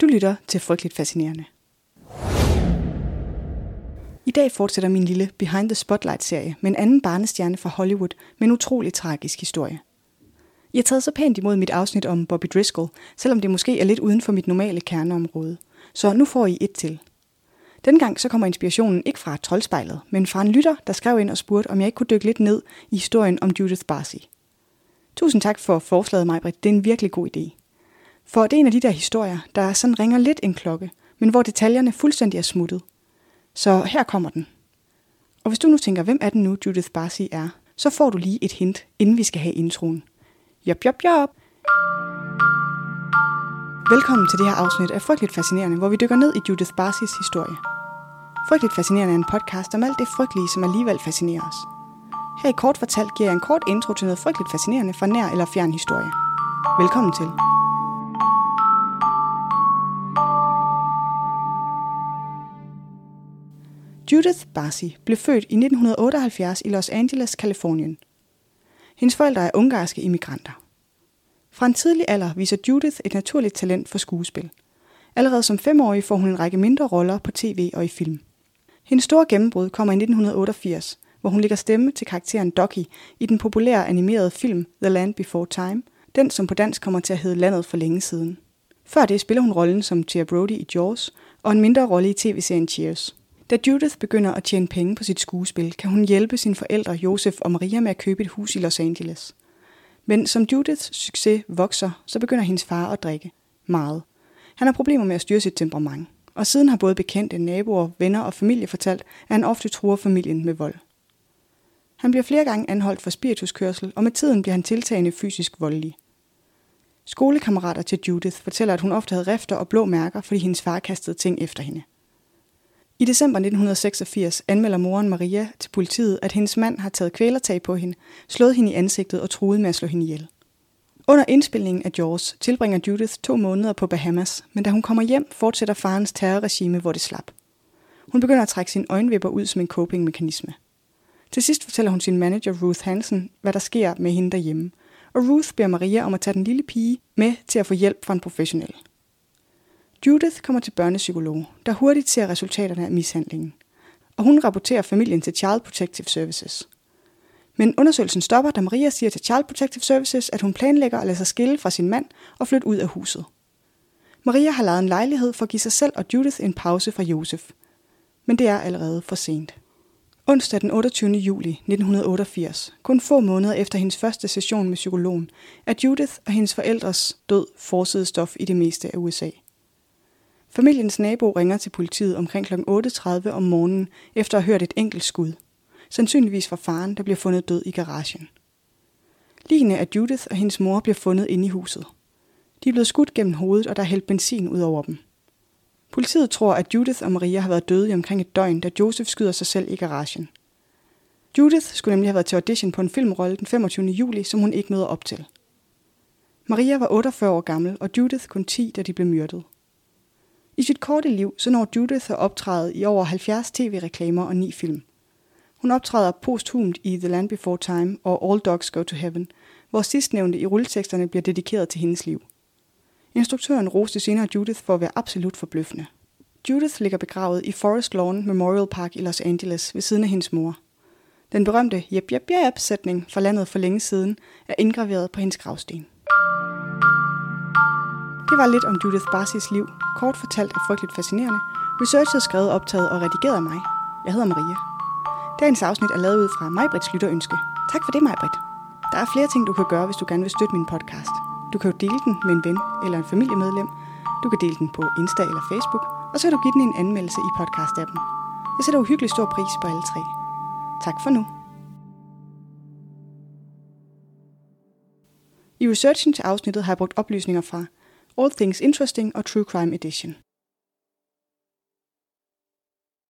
Du lytter til Frygteligt Fascinerende. I dag fortsætter min lille Behind the Spotlight-serie med en anden barnestjerne fra Hollywood med en utrolig tragisk historie. I har taget så pænt imod mit afsnit om Bobby Driscoll, selvom det måske er lidt uden for mit normale kerneområde. Så nu får I et til. Dengang så kommer inspirationen ikke fra Troldspejlet, men fra en lytter, der skrev ind og spurgte, om jeg ikke kunne dykke lidt ned i historien om Judith Barsi. Tusind tak for forslaget, Maj-Britt. Det er en virkelig god idé. For det er en af de der historier, der sådan ringer lidt en klokke, men hvor detaljerne fuldstændig er smuttet. Så her kommer den. Og hvis du nu tænker, hvem er den nu, Judith Barsi er, så får du lige et hint, inden vi skal have introen. Jop. Velkommen til det her afsnit af Frygteligt Fascinerende, hvor vi dykker ned i Judith Barsis historie. Frygteligt Fascinerende er en podcast om alt det frygtelige, som alligevel fascinerer os. Her i Kort Fortalt giver jeg en kort intro til noget frygteligt fascinerende fra nær eller fjern historie. Velkommen til. Judith Barsi blev født i 1978 i Los Angeles, Californien. Hendes forældre er ungarske immigranter. Fra en tidlig alder viser Judith et naturligt talent for skuespil. Allerede som 5-årig får hun en række mindre roller på tv og i film. Hendes store gennembrud kommer i 1988, hvor hun lægger stemme til karakteren Ducky i den populære animerede film The Land Before Time, den som på dansk kommer til at hedde Landet for længe siden. Før det spiller hun rollen som Tia Brody i Jaws og en mindre rolle i tv-serien Cheers. Da Judith begynder at tjene penge på sit skuespil, kan hun hjælpe sine forældre Joseph og Maria med at købe et hus i Los Angeles. Men som Judiths succes vokser, så begynder hendes far at drikke meget. Han har problemer med at styre sit temperament, og siden har både bekendte, naboer, venner og familie fortalt, at han ofte truer familien med vold. Han bliver flere gange anholdt for spirituskørsel, og med tiden bliver han tiltagende fysisk voldelig. Skolekammerater til Judith fortæller, at hun ofte havde rifter og blå mærker, fordi hendes far kastede ting efter hende. I december 1986 anmelder moren Maria til politiet, at hendes mand har taget kvælertag på hende, slået hende i ansigtet og truet med at slå hende ihjel. Under indspilningen af Jaws tilbringer Judith 2 måneder på Bahamas, men da hun kommer hjem, fortsætter farens terrorregime, hvor det slap. Hun begynder at trække sine øjenvipper ud som en coping-mekanisme. Til sidst fortæller hun sin manager Ruth Hansen, hvad der sker med hende derhjemme, og Ruth beder Maria om at tage den lille pige med til at få hjælp fra en professionel. Judith kommer til børnepsykolog, der hurtigt ser resultaterne af mishandlingen, og hun rapporterer familien til Child Protective Services. Men undersøgelsen stopper, da Maria siger til Child Protective Services, at hun planlægger at lade sig skille fra sin mand og flytte ud af huset. Maria har lejet en lejlighed for at give sig selv og Judith en pause fra Joseph, men det er allerede for sent. Onsdag den 28. juli 1988, kun få måneder efter hendes første session med psykologen, er Judith og hendes forældres død forsidestof i det meste af USA. Familiens nabo ringer til politiet omkring kl. 8:30 om morgenen efter at have hørt et enkelt skud. Sandsynligvis fra faren, der bliver fundet død i garagen. Ligene af Judith og hendes mor bliver fundet inde i huset. De er blevet skudt gennem hovedet, og der er hældt benzin ud over dem. Politiet tror, at Judith og Maria har været døde i omkring et døgn, da Joseph skyder sig selv i garagen. Judith skulle nemlig have været til audition på en filmrolle den 25. juli, som hun ikke møder op til. Maria var 48 år gammel, og Judith kun 10, da de blev myrdet. I sit korte liv så når Judith at optræde i over 70 tv-reklamer og 9 film. Hun optræder posthumt i The Land Before Time og All Dogs Go to Heaven, hvor sidstnævnte i rulleteksterne bliver dedikeret til hendes liv. Instruktøren roste senere Judith for at være absolut forbløffende. Judith ligger begravet i Forest Lawn Memorial Park i Los Angeles ved siden af hendes mor. Den berømte jep-sætning fra Landet for længe siden er indgraveret på hendes gravsten. Det var lidt om Judith Barsis liv, kort fortalt og frygteligt fascinerende, researchet, skrevet, optaget og redigeret af mig. Jeg hedder Maria. Dagens afsnit er lavet ud fra Maj-Britts lytterønske. Tak for det, Maj-Britt. Der er flere ting, du kan gøre, hvis du gerne vil støtte min podcast. Du kan jo dele den med en ven eller en familiemedlem. Du kan dele den på Insta eller Facebook, og så kan du give den en anmeldelse i podcast-appen. Jeg sætter uhyggelig stor pris på alle 3. Tak for nu. I researchen til afsnittet har jeg brugt oplysninger fra All Things Interesting og True Crime Edition.